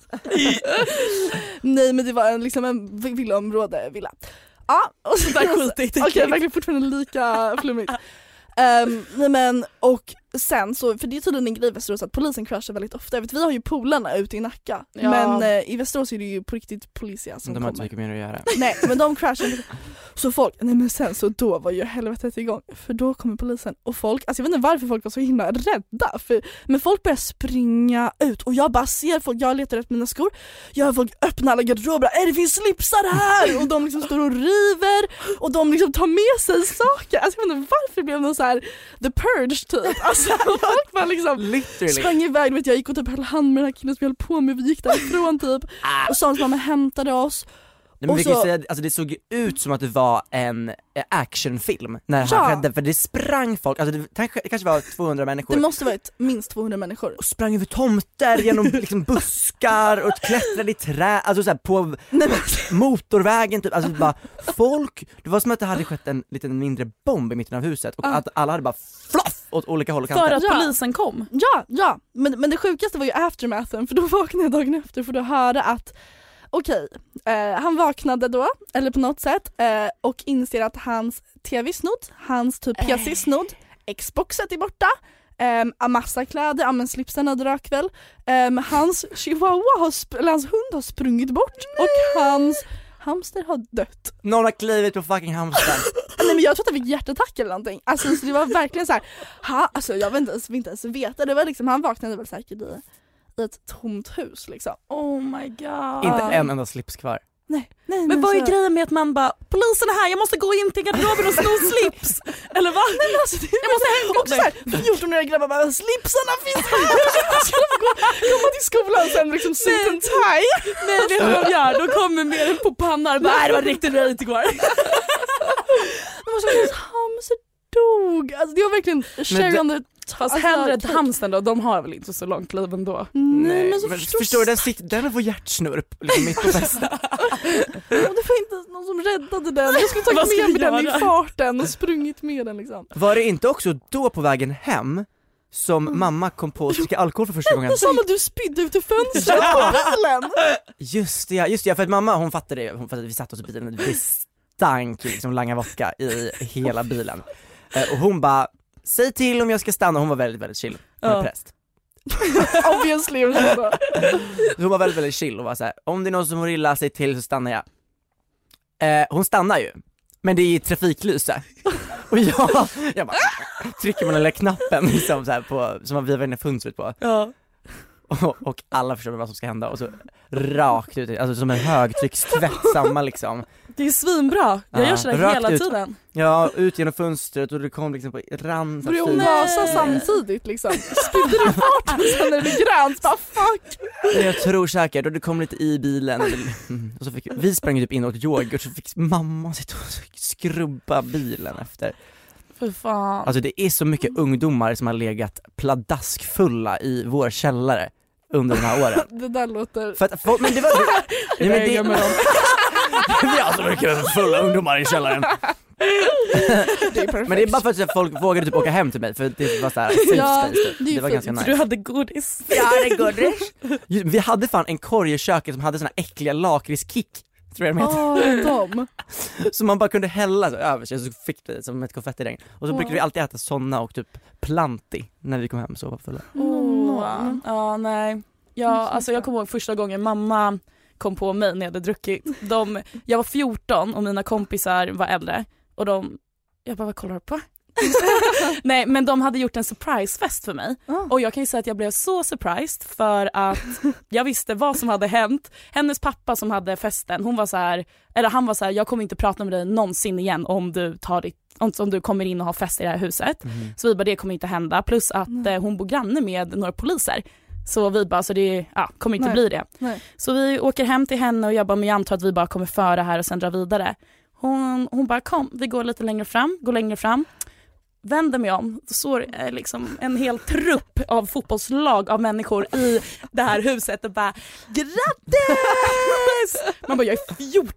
[SPEAKER 6] Nej, men det var en villaområde villa. Ja, och så där skitigt. Okej, verkligen fortfarande lika flummigt. Nej men, och sen så, för det är tydligen en grej i Västerås att polisen crashar väldigt ofta. Jag vet, vi har ju polarna ute i Nacka, men i Västerås är det ju på riktigt polisia som
[SPEAKER 5] de har inte så mycket mer att göra.
[SPEAKER 6] Nej, men de crashar så folk, nej men sen så då var ju helvetet igång, för då kommer polisen och folk, alltså jag vet inte varför folk var så himla rädda, men folk börjar springa ut och jag bara ser folk, jag letar efter mina skor, jag har folk öppna alla garderober, det finns slipsar här, och de liksom står och river och de liksom tar med sig saker, alltså jag vet inte varför det blev någon så här The Purge typ, alltså folk bara liksom sprang iväg, vet jag gick och typ höll hand med den här killen som jag höll på med, vi gick därifrån typ och Sons mamma hämtade oss.
[SPEAKER 5] Men vi kan ju säga, alltså det såg ut som att det var en actionfilm när han skedde, för det sprang folk, alltså det kanske var 200 människor.
[SPEAKER 6] Det måste varit minst 200 människor.
[SPEAKER 5] Och sprang över tomter genom liksom buskar och klättrade i träd, alltså så här på motorvägen typ, alltså bara folk, det var som att det hade skett en liten mindre bomb i mitten av huset och att alla hade bara fluff åt olika håll och kanter.
[SPEAKER 4] För att polisen kom?
[SPEAKER 6] Ja, men det sjukaste var ju aftermathen, för då vaknade jag dagen efter för att höra att han vaknade då, eller på något sätt, och inser att hans tv är snodd, hans typ PC är snodd, Xboxet är borta, massa kläder, men slipsarna drak väl, hans chihuahua hans hund har sprungit bort och hans hamster har dött.
[SPEAKER 5] Någon har klivit på fucking hamster.
[SPEAKER 6] Nej, men jag tror att han fick hjärtattack eller någonting. Alltså så det var verkligen så här, alltså jag vill inte ens veta. Det var liksom, han vaknade väl säkert i ett tomt hus liksom.
[SPEAKER 4] Oh my god.
[SPEAKER 5] Inte en enda slips kvar.
[SPEAKER 6] Nej,
[SPEAKER 4] men vad är grejen med att man bara, polisen är här, jag måste gå in till garderoben och sno slips? Eller vad?
[SPEAKER 6] Nej, men alltså, jag måste också såhär, 14-åriga grabbar bara, slipsarna finns här! Jag ska komma till skolan sen liksom suit and tie.
[SPEAKER 4] Nej, vet du vad de gör? De kommer med den på pannan, bara, det var riktigt röjt igår.
[SPEAKER 6] Men vad så hamster dog, alltså det var verkligen cherry on the.
[SPEAKER 4] Fast hellre ett hamster då, de har väl inte så långt liv ändå.
[SPEAKER 5] Nej, men förstår du, den får hjärtsnurp liksom mitt på festen.
[SPEAKER 6] Det var inte någon som räddade den. Jag skulle tagit med mig den i farten och sprungit med den liksom.
[SPEAKER 5] Var det inte också då på vägen hem som mamma kom på att dricka alkohol för första gången?
[SPEAKER 6] Samma, du spydde ut i fönstret på bilen.
[SPEAKER 5] Just det, för att mamma hon fattade att vi satt oss i bilen och det stank liksom langa vodka i hela bilen. Och hon bara, säg till om jag ska stanna. Hon var väldigt, väldigt chill. Hon är präst.
[SPEAKER 6] Obviously.
[SPEAKER 5] Hon var väldigt, väldigt chill och var så här: om det är någon som mår illa, säg till så stannar jag. Hon stannar ju, men det är trafiklyse. Och jag bara trycker man den där knappen liksom, så här på, som vi var inne funsut på.
[SPEAKER 4] Ja.
[SPEAKER 5] Och alla förstår vad som ska hända och så rakt ut, alltså som en högtryckstvätt samma liksom.
[SPEAKER 4] Det är svinbra, jag gör sådär hela tiden.
[SPEAKER 5] Ja, ut genom fönstret och det kom liksom på rand.
[SPEAKER 6] Började hon gasa samtidigt liksom? Spydde du farten sen när det blev grönt? Bara fuck!
[SPEAKER 5] Jag tror säkert, och det kom lite i bilen och så fick vi sprang typ in åt yoghurt, så fick mamma sitta och skrubba bilen efter.
[SPEAKER 4] För fan.
[SPEAKER 5] Alltså det är så mycket ungdomar som har legat pladaskfulla i vår källare under de här åren.
[SPEAKER 6] Det där låter...
[SPEAKER 5] Men det var... Vi har så mycket fulla ungdomar i källaren. Men det är bara för att folk vågade typ åka hem till mig, för det var så här safe space typ. Det var ganska nice.
[SPEAKER 4] Du hade godis.
[SPEAKER 5] Jag hade godis. Vi hade fan en korg i köket som hade såna äckliga lakritskick, tror jag
[SPEAKER 6] de.
[SPEAKER 5] Så man bara kunde hälla så över sig, så fick det som ett konfettiregn. Och så brukade vi alltid äta såna och typ planti när vi kom hem så var fulla.
[SPEAKER 4] Ja, nej. Ja, alltså jag kommer ihåg första gången mamma kom på mig när jag hade druckit. Jag var 14 och mina kompisar var äldre. Och jag bara, vad kollar du på? Nej, men de hade gjort en surprisefest för mig. Och jag kan ju säga att jag blev så surprised för att jag visste vad som hade hänt. Hennes pappa som hade festen, han var så här, jag kommer inte prata med dig någonsin igen om du kommer in och har fest i det här huset. Så vi bara, det kommer inte hända. Plus att hon bor granne med några poliser. Så vi bara, så det kommer inte bli det. Nej. Så vi åker hem till henne och jag bara, men jag antar att vi bara kommer föra här och sen dra vidare. Hon bara, kom, vi går lite längre fram. Vänder mig om, så står liksom en hel trupp av fotbollslag av människor i det här huset och bara, grattis! Man bara, jag är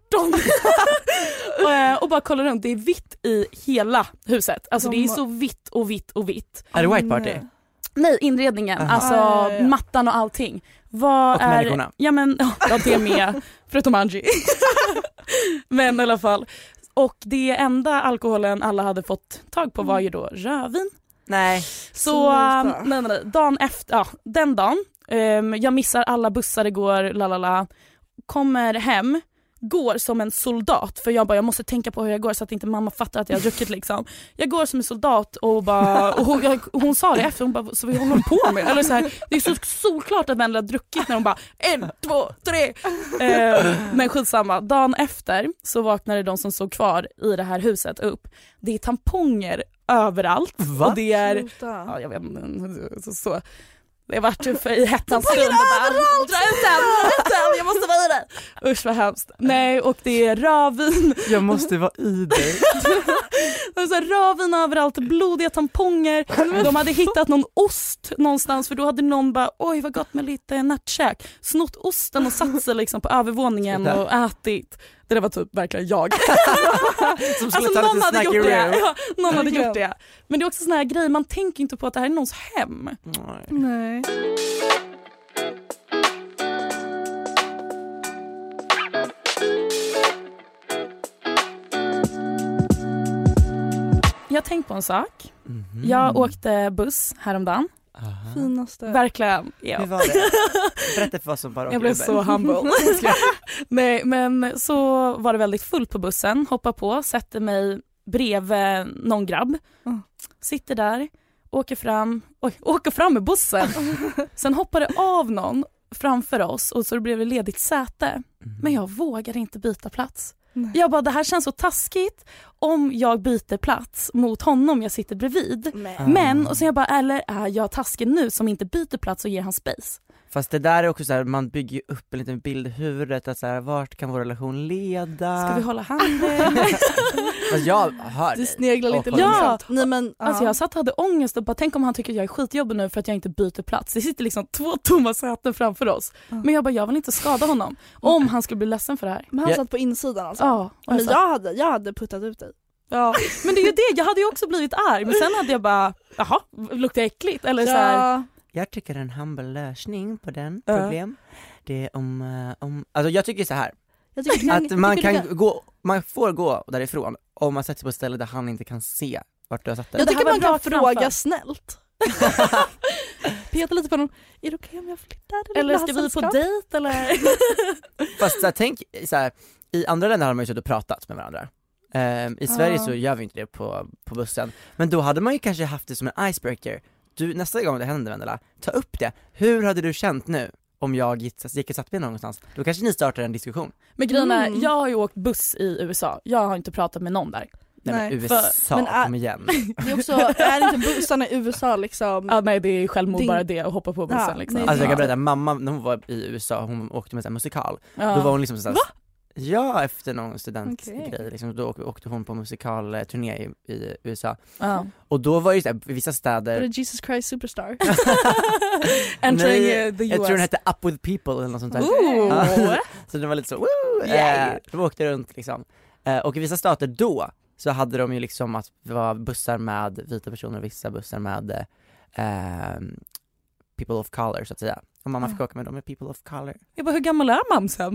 [SPEAKER 4] 14. och bara kollar runt, det är vitt i hela huset. Alltså det är så vitt och vitt och vitt.
[SPEAKER 5] Är det white party?
[SPEAKER 4] Nej, inredningen, alltså mattan och allting.
[SPEAKER 5] Och människorna?
[SPEAKER 4] Ja, men det är med, förutom Angie. Men i alla fall. Och det enda alkoholen alla hade fått tag på var ju då rödvin.
[SPEAKER 5] Nej.
[SPEAKER 4] Så nej, dagen efter, den dagen, jag missar alla bussar igår, kommer hem, går som en soldat, för jag måste tänka på hur jag går så att inte mamma fattar att jag har druckit liksom. Jag går som en soldat och bara, och hon sa det efter, hon bara, så vi håller på med, eller så här, det är så solklart att Vendela har druckit när hon bara 1, 2, 3. Men skitsamma, dagen efter så vaknade de som såg kvar i det här huset upp. Det är tamponger överallt.
[SPEAKER 5] Va?
[SPEAKER 4] Och det är jag vet inte, så Det vart ju för i hettans stund och dra ut den, jag måste vara i det. Usch vad hemskt. Nej, och det är rödvin.
[SPEAKER 5] Jag måste vara i dig.
[SPEAKER 4] Det var så rödvin överallt, blodiga tamponger. De hade hittat någon ost någonstans, för då hade någon bara, oj vad gott med lite nattkäk. Snott osten och satt sig liksom på övervåningen och ätit. Det var typ verkligen jag.
[SPEAKER 5] Som skulle
[SPEAKER 4] alltså,
[SPEAKER 5] ta
[SPEAKER 4] någon hade gjort det. Ja, någon hade
[SPEAKER 6] Okay.
[SPEAKER 4] gjort det. Men det är också sån här grej, man tänker inte på att det här är någons hem.
[SPEAKER 6] Nej.
[SPEAKER 4] Jag har tänkt på en sak. Jag åkte buss häromdagen.
[SPEAKER 6] Finaste.
[SPEAKER 4] Verkligen. Ja.
[SPEAKER 5] Hur var det? Berätta för oss som bara åker
[SPEAKER 4] Jag blev
[SPEAKER 5] Uber.
[SPEAKER 4] så humble. Nej, men så var det väldigt fullt på bussen. Hoppar på, sätter mig bredvid någon grabb. Sitter där, åker fram med bussen. Sen hoppar det av någon framför oss och så blev det ledigt säte. Men jag vågar inte byta plats. Nej. Jag bara, det här känns så taskigt om jag byter plats mot honom jag sitter bredvid. Men och så jag bara, eller är jag taskig nu som inte byter plats och ger han space?
[SPEAKER 5] Fast det där är också så här, man bygger ju upp en liten bild i huvudet att så här, vart kan vår relation leda?
[SPEAKER 4] Ska vi hålla handen?
[SPEAKER 5] Fast jag hör
[SPEAKER 6] Du sneglar lite
[SPEAKER 4] långsamt.
[SPEAKER 6] Nej, men,
[SPEAKER 4] alltså jag satt och hade ångest och bara, tänk om han tycker att jag är skitjobbig nu för att jag inte byter plats. Det sitter liksom 2 tomma säten framför oss. Men jag bara, jag vill inte skada honom om han skulle bli ledsen för det här.
[SPEAKER 6] Men han satt på insidan alltså?
[SPEAKER 4] Ja.
[SPEAKER 6] Men jag hade puttat ut dig.
[SPEAKER 4] Ja, men det är ju det, jag hade ju också blivit arg. Men sen hade jag bara, jaha, luktar äckligt? Eller så här.
[SPEAKER 5] Jag tycker en humble lösning på den problem. Det är om alltså jag tycker så här. Att man får gå därifrån om man sätter sig på ett ställe där han inte kan se vart du har satt dig.
[SPEAKER 6] Jag tycker man kan fråga
[SPEAKER 4] framför.
[SPEAKER 6] snällt. Peta lite på honom. Är det okej om jag flyttar?
[SPEAKER 4] Eller ska vi på dejt? Eller?
[SPEAKER 5] Fast så här, tänk så här, i andra länder har man ju suttit och pratat med varandra. I Sverige så gör vi inte det på bussen. Men då hade man ju kanske haft det som en icebreaker. Du, nästa gång det händer, Vendela, ta upp det. Hur hade du känt nu om jag gick och satt mig någonstans? Då kanske ni startar en diskussion.
[SPEAKER 4] Men grejen är, jag har ju åkt buss i USA. Jag har inte pratat med någon där.
[SPEAKER 5] Nej, men USA, kom igen.
[SPEAKER 6] Det är också, är inte bussarna i USA liksom?
[SPEAKER 4] Ja, nej, det är självmord bara det att hoppa på bussen liksom.
[SPEAKER 6] Nej,
[SPEAKER 5] alltså jag kan berätta, mamma när hon var i USA, hon åkte med en musikal. Då var hon liksom såhär, ja, efter någon studentgrej liksom, då åkte hon på musikalturné i USA. Och då var ju såhär, i vissa städer.
[SPEAKER 6] Var det Jesus Christ Superstar?
[SPEAKER 4] Nej, the US.
[SPEAKER 5] Jag tror den hette Up With People eller något sånt där. Så det var lite så, de åkte runt liksom. Och i vissa stater då så hade de ju liksom att det var bussar med vita personer och vissa bussar med people of color så att säga. Och mamma fick åka med dem med people of color.
[SPEAKER 4] Jag bara, hur gammal är mamsen?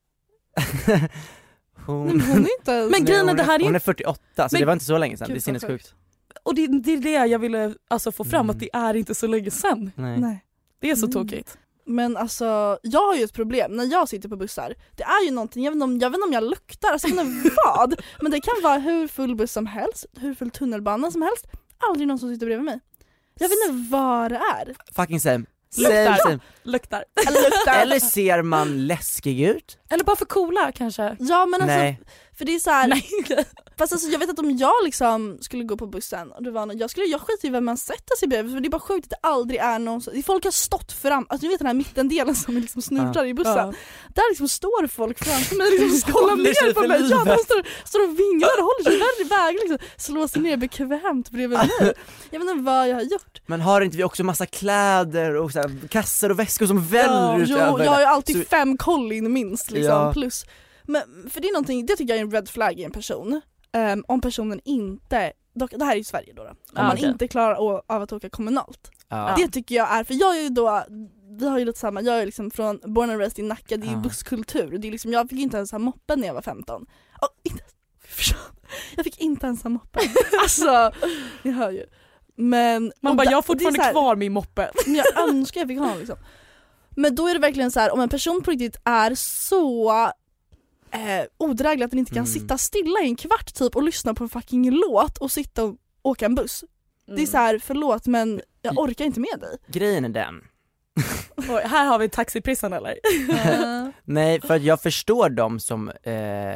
[SPEAKER 5] Hon
[SPEAKER 6] är inte...
[SPEAKER 4] Men grejen är, det här är...
[SPEAKER 5] Hon är 48, så det var inte så länge sedan. Det är sinnessjukt.
[SPEAKER 4] Och det är det jag ville alltså få fram, att det är inte så länge sedan.
[SPEAKER 5] Nej.
[SPEAKER 4] Det är så tokigt.
[SPEAKER 6] Men alltså, jag har ju ett problem när jag sitter på bussar. Det är ju någonting, jag vet inte om jag luktar, alltså, jag vet inte vad. Men det kan vara hur full buss som helst, hur full tunnelbana som helst. Aldrig någon som sitter bredvid mig. Jag vet inte vad det är.
[SPEAKER 5] Fucking same.
[SPEAKER 4] Luktar.
[SPEAKER 5] Eller ser man läskig ut?
[SPEAKER 4] Eller bara för coola kanske.
[SPEAKER 6] Ja, men alltså,
[SPEAKER 5] Nej.
[SPEAKER 6] för det är så här. Fast alltså, jag vet att om jag liksom skulle gå på bussen och det var jag skiter i vem man sätter sig bredvid, för det är bara sjukt att det aldrig är någon folk har stått fram, alltså du vet den här mittendelen som liksom snurrar i bussen. Där liksom står folk framför mig liksom kollar ner på mig. Ja, de står och vinglar och håller sig där i vägen liksom, slår sig ner bekvämt bredvid mig. Jag vet inte vad jag har gjort.
[SPEAKER 5] Men har inte vi också massa kläder och så här, kassar och väskor som väller ut över?
[SPEAKER 6] Jag har ju alltid 5 kollin minst liksom, plus. Men för det är någonting, det tycker jag är en red flag i en person. Om personen inte, det här är i Sverige då. Om man inte klarar av att åka kommunalt. Det tycker jag är, för jag är ju då, vi har ju lite samma, jag är liksom från born and raised i Nacka, det är ju busskultur. Det är liksom, jag fick inte ens ha moppen när jag var 15. Jag fick inte ens ha moppen. Alltså, ni hör ju. Men
[SPEAKER 4] man bara, jag har fortfarande
[SPEAKER 6] här,
[SPEAKER 4] kvar min moppe.
[SPEAKER 6] Men jag önskar jag fick ha liksom. Men då är det verkligen så här, om en person på riktigt är så odräglig att den inte kan sitta stilla i en kvart typ och lyssna på en fucking låt och sitta och åka en buss. Det är så här, förlåt men jag orkar inte med dig.
[SPEAKER 5] Grejen är den.
[SPEAKER 4] Oj, här har vi taxiprissen eller?
[SPEAKER 5] Nej, för att jag förstår dem som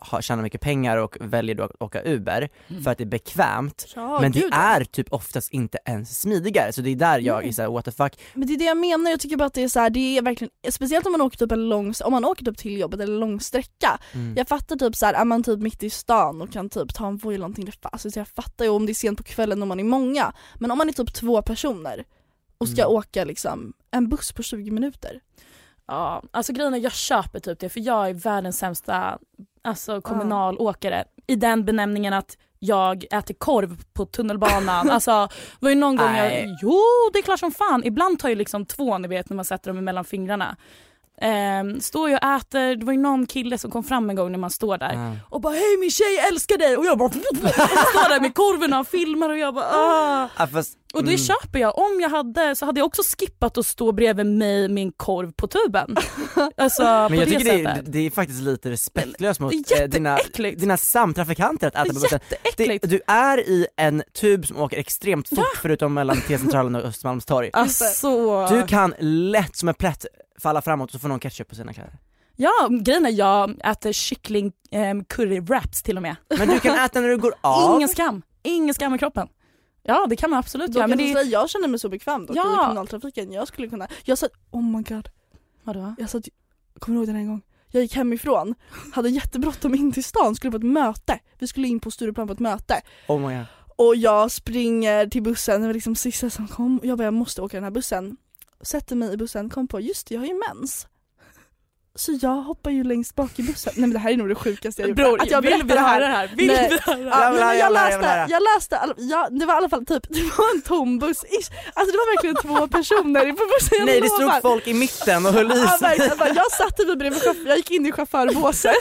[SPEAKER 5] tjänar mycket pengar och väljer då att åka Uber för att det är bekvämt.
[SPEAKER 6] Ja,
[SPEAKER 5] men
[SPEAKER 6] gud,
[SPEAKER 5] det är typ oftast inte ens smidigare. Så det är där jag är såhär, what the fuck.
[SPEAKER 6] Men det är det jag menar, jag tycker bara att det är så här, det är verkligen, speciellt om man åker typ om man åker typ till jobbet eller en lång sträcka. Jag fattar typ så här, är man typ mitt i stan och kan typ ta en Voi eller någonting, alltså, så jag fattar ju om det är sent på kvällen och man är många. Men om man är typ 2 personer och ska åka liksom en buss på 20 minuter.
[SPEAKER 4] Ja, alltså grejen är, jag köper typ det, för jag är världens sämsta kommunalåkare i den benämningen att jag äter korv på tunnelbanan. Alltså, det var ju någon gång jo, det är klart som fan. Ibland tar ju liksom 2, ni vet, när man sätter dem mellan fingrarna. Står jag och äter, det var ju någon kille som kom fram en gång när man står där och bara, hej min tjej, älskar dig, och jag bara står där med korven och filmar och jag bara och det köper jag. Om jag hade, så hade jag också skippat att stå bredvid mig min korv på tuben. Alltså,
[SPEAKER 5] men jag tycker det är faktiskt lite respektlöst mot dina samtrafikanter att äta på bussen. Du är i en tub som åker extremt fort förutom mellan T-centralen och Östermalmstorg.
[SPEAKER 4] Alltså.
[SPEAKER 5] Du kan lätt som en plätt falla framåt och så får någon ketchup på sina kläder.
[SPEAKER 4] Ja, grejen är, jag äter kyckling curry wraps till och med.
[SPEAKER 5] Men du kan äta när du går av.
[SPEAKER 4] Ingen skam i kroppen. Ja, det kan man absolut göra.
[SPEAKER 6] Men jag känner mig så bekväm dock i kommunaltrafiken. Jag skulle kunna, jag sa, oh my god.
[SPEAKER 4] Vadå?
[SPEAKER 6] Jag sa, kommer du ihåg den en gång? Jag gick hemifrån, hade jättebråttom in till stan, skulle på ett möte. Vi skulle in på Stureplan på ett möte.
[SPEAKER 5] Oh my god.
[SPEAKER 6] Och jag springer till bussen, det var liksom sista som kom. Jag bara, jag måste åka den här bussen. Sätter mig i bussen, kom på, just det, jag har ju mens. Så jag hoppar ju längst bak i bussen. Nej men det här är nog det sjukaste jag gjort.
[SPEAKER 4] Bror, att jag vill det här.
[SPEAKER 6] Jag läste, det var i alla fall typ, det var en tom buss. Alltså det var verkligen 2 personer på bussen.
[SPEAKER 5] Nej, det stod folk i mitten och höll i sig.
[SPEAKER 6] Jag satte mig bredvid chaufför, jag gick in i chaufförbåset.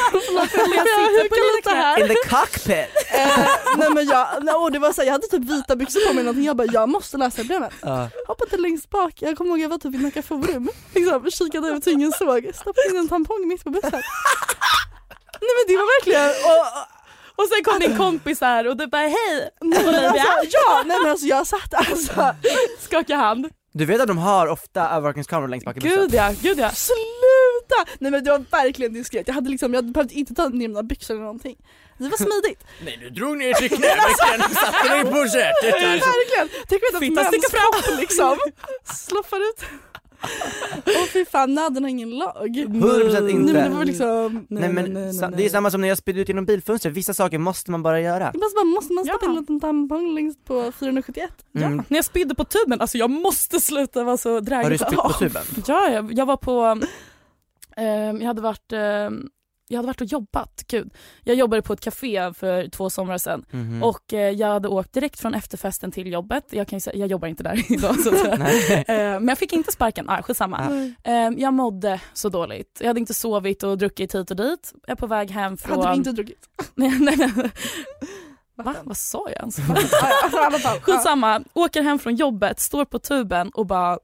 [SPEAKER 5] In the cockpit.
[SPEAKER 6] Nej men det var så här, jag hade typ vita byxor på mig någonting. Jag bara, jag måste läsa problemet. Hoppade längst bak. Jag kommer ihåg, jag var typ i Nacka Forum. Liksom, kikade över till ingen såg. Stoppade in en tampong mitt på bussen. Nej men det var verkligen.
[SPEAKER 4] Och sen kom din kompis här och du bara, hej
[SPEAKER 6] Olivia. Jag satt
[SPEAKER 4] skaka hand.
[SPEAKER 5] Du vet att de har ofta övervakningskameror längst bak i bussen.
[SPEAKER 4] Gud ja.
[SPEAKER 6] Sluta! Nej men det var verkligen diskret. Jag behövde inte ta ner mina byxor eller någonting. Det var smidigt.
[SPEAKER 5] Nej, du drog ner till knävecken och satte dig på sätet.
[SPEAKER 6] Verkligen. Tänk mig att sticka fram liksom. Sloffar ut. Fy fan, nöden har ingen lag.
[SPEAKER 5] 100% inte.
[SPEAKER 6] Nej, men det var liksom...
[SPEAKER 5] Det är samma som när jag spydde ut genom bilfönstret. Vissa saker måste man bara göra.
[SPEAKER 6] Måste man stoppa in en tampong längst på 471?
[SPEAKER 4] När jag spydde på tuben, alltså jag måste sluta vara så dräglig.
[SPEAKER 5] Har du spytt på tuben?
[SPEAKER 4] Ja, jag var på... Jag hade varit och jobbat. Gud. Jag jobbade på ett café för 2 somrar sedan. Och jag hade åkt direkt från efterfesten till jobbet. Jag kan ju säga, jag jobbar inte där idag så men jag fick inte sparken. Skitsamma. Jag mådde så dåligt. Jag hade inte sovit och druckit hit och dit. Jag är på väg hem från...
[SPEAKER 6] Hade du inte druckit?
[SPEAKER 4] Nej. Va? Vad sa jag ens? Skitsamma. Åker hem från jobbet, står på tuben och bara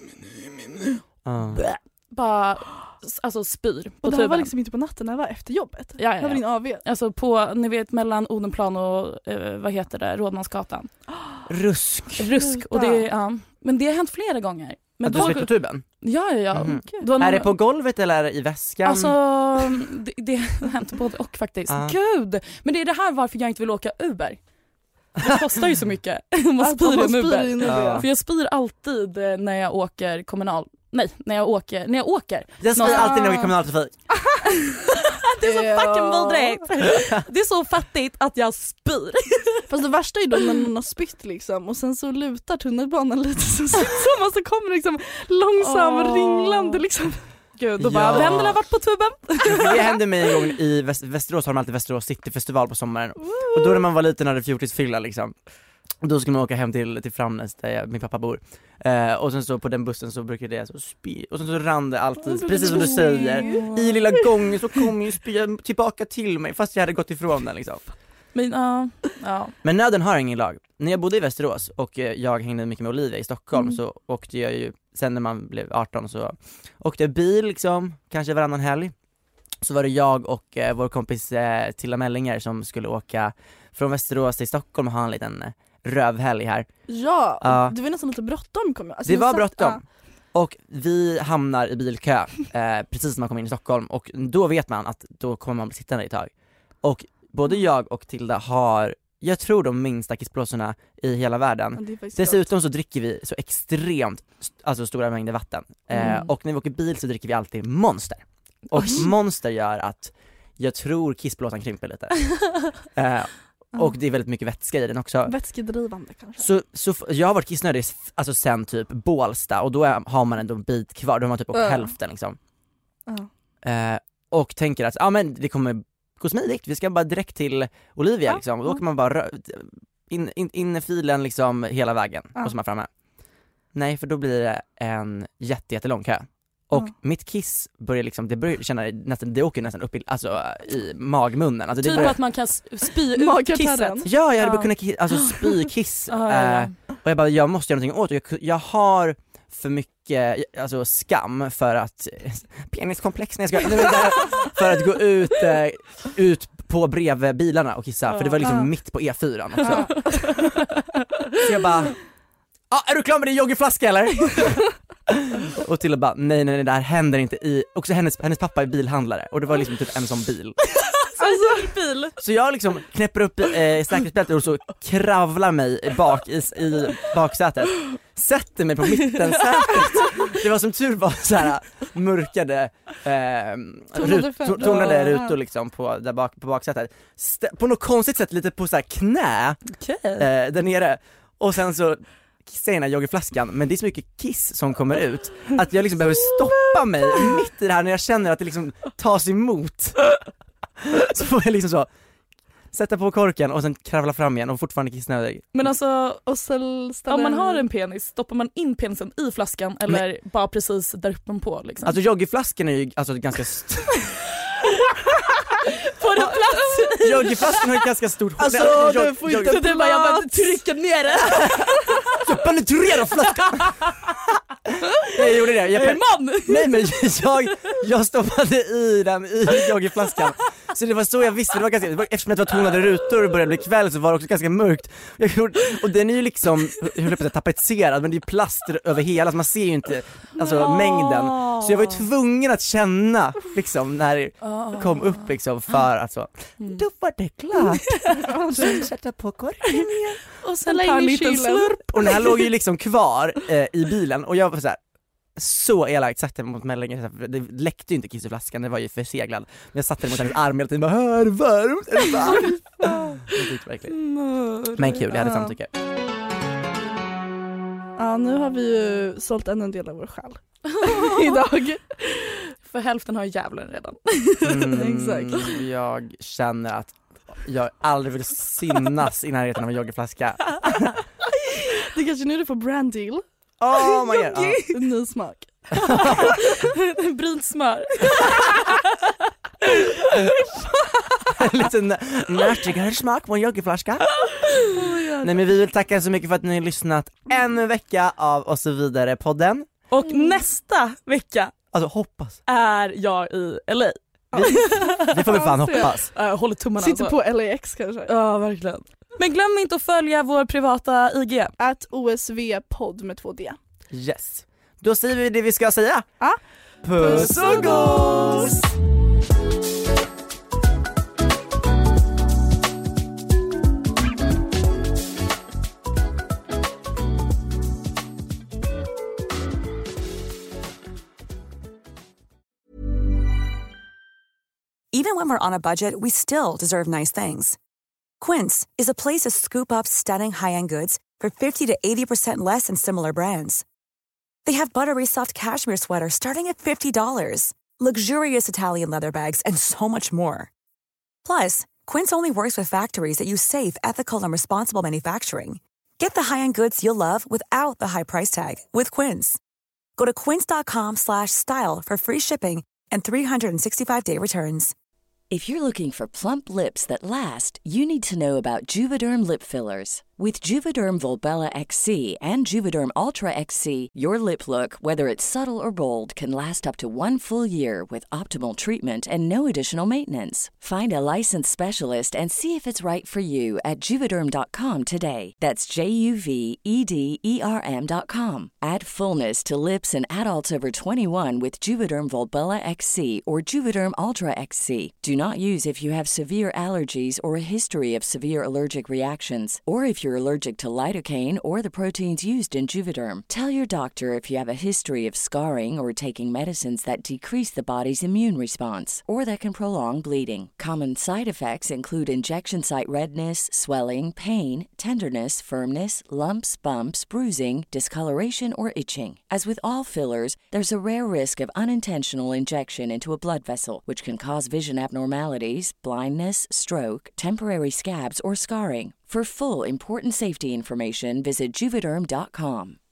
[SPEAKER 4] alltså spyr på
[SPEAKER 6] och det
[SPEAKER 4] tuben.
[SPEAKER 6] var liksom inte på natten, när jag var efter jobbet.
[SPEAKER 4] Ja.
[SPEAKER 6] Det var din AV.
[SPEAKER 4] Alltså på, ni vet, mellan Odenplan och Rådmansgatan.
[SPEAKER 5] Rusk.
[SPEAKER 4] Och det, men det har hänt flera gånger. Men
[SPEAKER 5] att du spytt på tuben?
[SPEAKER 4] Ja.
[SPEAKER 5] Är det på golvet eller är det i väskan?
[SPEAKER 4] Alltså, det har hänt både och faktiskt. Gud, men det är det här varför jag inte vill åka Uber. Det kostar ju så mycket om man spyr en Uber. För jag spyr alltid när jag åker kommunal. Nej, när jag åker.
[SPEAKER 5] Jag spyr alltid när jag åker kommunaltrafik.
[SPEAKER 4] Det är så fucking vidrigt. Det är så fattigt att jag spyr.
[SPEAKER 6] Fast det värsta är ju då när någon har spytt liksom, och sen så lutar tunnelbanan lite så så kommer liksom långsam ringlande liksom. Gud, då bara, vem har varit på tuben?
[SPEAKER 5] Det hände mig en gång i Västerås, har de alltid Västerås Cityfestival på sommaren. Och då när man var liten hade fjortisfylla liksom. Och då skulle man åka hem till Framnäs där min pappa bor. Och sen så på den bussen så brukade det så spy. Och sen så rann det alltid, precis som du säger. I lilla gången så kom ju spya tillbaka till mig fast jag hade gått ifrån den liksom. Men nöden har ingen lag. När jag bodde i Västerås och jag hängde mycket med Olivia i Stockholm så åkte jag ju, sen när man blev 18 så åkte jag bil liksom, kanske varannan helg. Så var det jag och vår kompis Tilla Mellinger som skulle åka från Västerås till Stockholm och ha en liten rövhelg här.
[SPEAKER 6] Ja, det var nästan lite bråttom.
[SPEAKER 5] Det var bråttom. Och vi hamnar i bilkö precis när man kommer in i Stockholm, och då vet man att då kommer man sitta där ett tag. Och både jag och Tilda har, jag tror, de minsta kissblåsorna i hela världen. Dessutom så dricker vi så extremt stora mängder vatten. Och när vi åker bil så dricker vi alltid Monster. Och Monster gör att jag tror kissblåsan krymper lite. Och det är väldigt mycket vätska i den också.
[SPEAKER 6] Vätskedrivande kanske.
[SPEAKER 5] Så jag har varit kissnödig sen typ Bålsta, och då har man ändå en bit kvar. Då har man typ åkt hälften liksom. Och tänker att men det kommer gå smidigt. Vi ska bara direkt till Olivia liksom. Och då kan man bara in i filen liksom hela vägen. Och så är man framme. Nej, för då blir det en jättelång kö. Och mitt kiss börjar liksom, det åker nästan upp i magmunnen. Alltså,
[SPEAKER 4] typ att man kan spy ut kisset.
[SPEAKER 5] Ja, jag hade kunnat spy kiss. Och jag bara, jag måste göra någonting åt det. Jag har för mycket skam för att peniskomplex för att gå ut på bredvid bilarna och kissa, för det var liksom mitt på E4 också. Så jag bara, är du klar med din yoghurtflaska eller? Och till och bara, nej, det här händer inte i. Också hennes pappa är bilhandlare, och det var liksom typ en sån bil.
[SPEAKER 4] Bil.
[SPEAKER 5] Så jag liksom knäpper upp säkerhetsbältet och så kravlar mig bak i baksätet. Sätter mig på mittensätet. Det var som tur var så här mörkade tonade rutor liksom på baksätet. På något konstigt sätt lite på så här knä där nere. Och sen så kissar jag i den här yoghurtflaskan, men det är så mycket kiss som kommer ut att jag liksom behöver stoppa mig mitt i det här när jag känner att det liksom tas emot. Så får jag liksom så sätta på korken och sen kravla fram igen och fortfarande kissnödig.
[SPEAKER 4] Men om man har en penis, stoppar man in penisen i flaskan eller bara precis där uppe på liksom?
[SPEAKER 5] Alltså yoghurtflaskan är ju ganska
[SPEAKER 4] Får du plats?
[SPEAKER 5] Yoghurtflaskan har ett ganska stort hål.
[SPEAKER 4] Du får inte plats. Jag bara trycka ner det.
[SPEAKER 5] Jag penetrerar flaskan. Jag gjorde det. Nej, men jag stoppade i den i yoghurtflaskan. Så det var så jag visste. Eftersom det var tonade rutor och började bli kväll, så var det också ganska mörkt. Och den är ju liksom tapetserad, men det är plaster över hela, så man ser ju inte mängden. Så jag var ju tvungen att känna liksom när det kom upp liksom, för att så. Då var det klart. Så sätta på korken igen.
[SPEAKER 4] Och sen ta en liten slurp.
[SPEAKER 5] Och den här låg ju liksom kvar i bilen, och jag var så elakt satte mot Mellinge. Det läckte ju inte kiss i flaskan, det var ju förseglad. Men jag satte den mot hennes arm hela tiden och bara, är det varmt? Är det varmt? Det verkligen. Men kul, jag hade samtycke.
[SPEAKER 6] Ja, nu har vi ju sålt ännu en del av vår själ idag.
[SPEAKER 4] För hälften har djävulen redan.
[SPEAKER 6] Exakt.
[SPEAKER 5] Jag känner att jag aldrig vill synas i närheten av en yoghurtflaska.
[SPEAKER 6] Det kanske nu du får brand deal.
[SPEAKER 5] Oh my god.
[SPEAKER 6] Ny smak.
[SPEAKER 4] Brynt smör.
[SPEAKER 5] En liten närtigare smak på en yoghurtflaska. Nej, men vi vill tacka så mycket för att ni har lyssnat en vecka av Och så vidare podden.
[SPEAKER 4] Och nästa vecka
[SPEAKER 5] hoppas
[SPEAKER 4] är jag i LA.
[SPEAKER 5] Det får vi fan hoppas.
[SPEAKER 4] Håller tummarna.
[SPEAKER 6] Sitter på LAX kanske.
[SPEAKER 4] Ja, verkligen. Men glöm inte att följa vår privata IG
[SPEAKER 6] @OSV-podd med 2D.
[SPEAKER 5] Yes. Då säger vi det vi ska säga.
[SPEAKER 6] Puss och gos!
[SPEAKER 12] Even when we're on a budget, we still deserve nice things. Quince is a place to scoop up stunning high-end goods for 50 to 80% less than similar brands. They have buttery soft cashmere sweaters starting at $50, luxurious Italian leather bags, and so much more. Plus, Quince only works with factories that use safe, ethical, and responsible manufacturing. Get the high-end goods you'll love without the high price tag with Quince. Go to quince.com/style for free shipping and 365-day returns.
[SPEAKER 14] If you're looking for plump lips that last, you need to know about Juvederm lip fillers. With Juvederm Volbella XC and Juvederm Ultra XC, your lip look, whether it's subtle or bold, can last up to 1 full year with optimal treatment and no additional maintenance. Find a licensed specialist and see if it's right for you at Juvederm.com today. That's JUVEDERM.com. Add fullness to lips in adults over 21 with Juvederm Volbella XC or Juvederm Ultra XC. Do not use if you have severe allergies or a history of severe allergic reactions, or if you're allergic to lidocaine or the proteins used in Juvederm. Tell your doctor if you have a history of scarring or taking medicines that decrease the body's immune response or that can prolong bleeding. Common side effects include injection site redness, swelling, pain, tenderness, firmness, lumps, bumps, bruising, discoloration, or itching. As with all fillers, there's a rare risk of unintentional injection into a blood vessel, which can cause vision abnormalities, blindness, stroke, temporary scabs, or scarring. For full, important safety information, visit Juvederm.com.